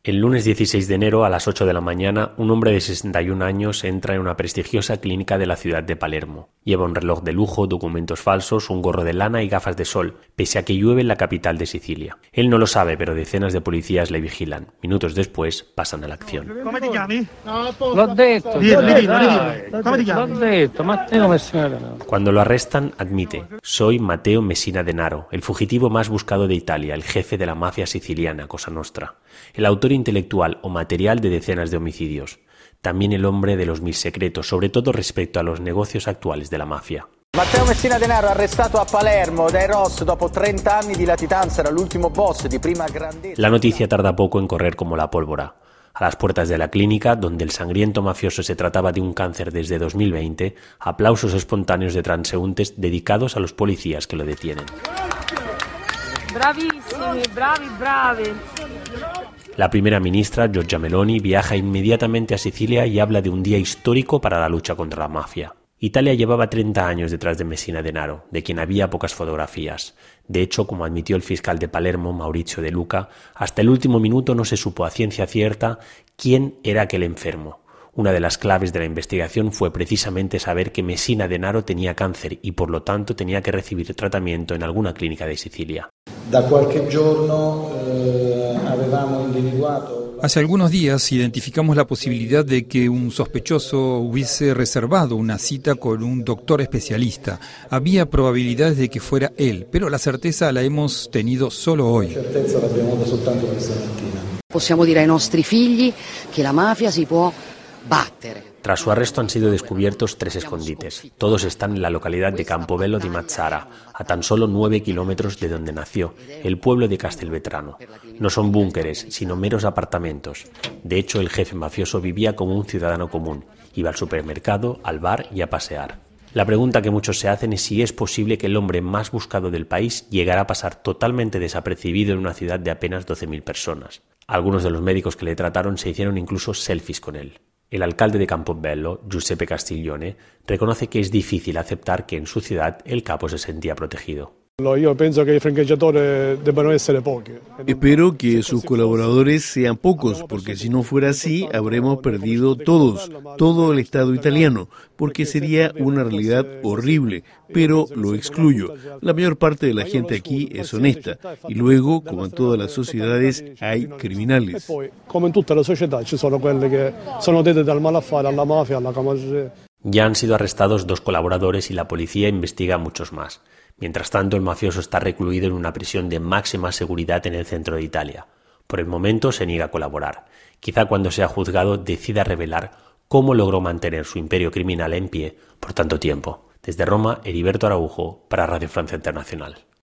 El lunes 16 de enero a las 8 de la mañana, un hombre de 61 años entra en una prestigiosa clínica de la ciudad de Palermo. Lleva un reloj de lujo, documentos falsos, un gorro de lana y gafas de sol, pese a que llueve en la capital de Sicilia. Él no lo sabe, pero decenas de policías le vigilan. Minutos después, pasan a la acción. ¿Cómo te llamas? L'ho detto, ¿Cómo te llamas? l'ho detto, Matteo Messina Denaro. Cuando lo arrestan, admite: soy Matteo Messina Denaro, el fugitivo más buscado de Italia, el jefe de la mafia siciliana, Cosa Nostra, el autor intelectual o material de decenas de homicidios, también el hombre de los mil secretos, sobre todo respecto a los negocios actuales de la mafia. Matteo Messina Denaro arrestato a Palermo dai Ross dopo 30 anni di latitanza, era l'ultimo boss di prima grandezza. La noticia tarda poco en correr como la pólvora. A las puertas de la clínica, donde el sangriento mafioso se trataba de un cáncer desde 2020, aplausos espontáneos de transeúntes dedicados a los policías que lo detienen. Bravissimi, bravi. La primera ministra, Giorgia Meloni, viaja inmediatamente a Sicilia y habla de un día histórico para la lucha contra la mafia. Italia llevaba 30 años detrás de Messina Denaro, de quien había pocas fotografías. De hecho, como admitió el fiscal de Palermo, Maurizio De Luca, hasta el último minuto no se supo a ciencia cierta quién era aquel enfermo. Una de las claves de la investigación fue precisamente saber que Messina Denaro tenía cáncer y por lo tanto tenía que recibir tratamiento en alguna clínica de Sicilia. Hace algunos días identificamos la posibilidad de que un sospechoso hubiese reservado una cita con un doctor especialista. Había probabilidades de que fuera él, pero la certeza la hemos tenido solo hoy. Possiamo dire ai nostri figli che la mafia si può battere. Tras su arresto han sido descubiertos 3 escondites. Todos están en la localidad de Campobello di Mazara, a tan solo 9 kilómetros de donde nació, el pueblo de Castelvetrano. No son búnkeres, sino meros apartamentos. De hecho, el jefe mafioso vivía como un ciudadano común. Iba al supermercado, al bar y a pasear. La pregunta que muchos se hacen es si es posible que el hombre más buscado del país llegara a pasar totalmente desapercibido en una ciudad de apenas 12.000 personas. Algunos de los médicos que le trataron se hicieron incluso selfies con él. El alcalde de Campobello, Giuseppe Castiglione, reconoce que es difícil aceptar que en su ciudad el capo se sentía protegido. Espero que sus colaboradores sean pocos, porque si no fuera así, habremos perdido todo el Estado italiano, porque sería una realidad horrible, pero lo excluyo. La mayor parte de la gente aquí es honesta, y luego, como en todas las sociedades, hay criminales. Ya han sido arrestados 2 colaboradores y la policía investiga a muchos más. Mientras tanto, el mafioso está recluido en una prisión de máxima seguridad en el centro de Italia. Por el momento se niega a colaborar. Quizá cuando sea juzgado decida revelar cómo logró mantener su imperio criminal en pie por tanto tiempo. Desde Roma, Heriberto Araujo, para Radio Francia Internacional.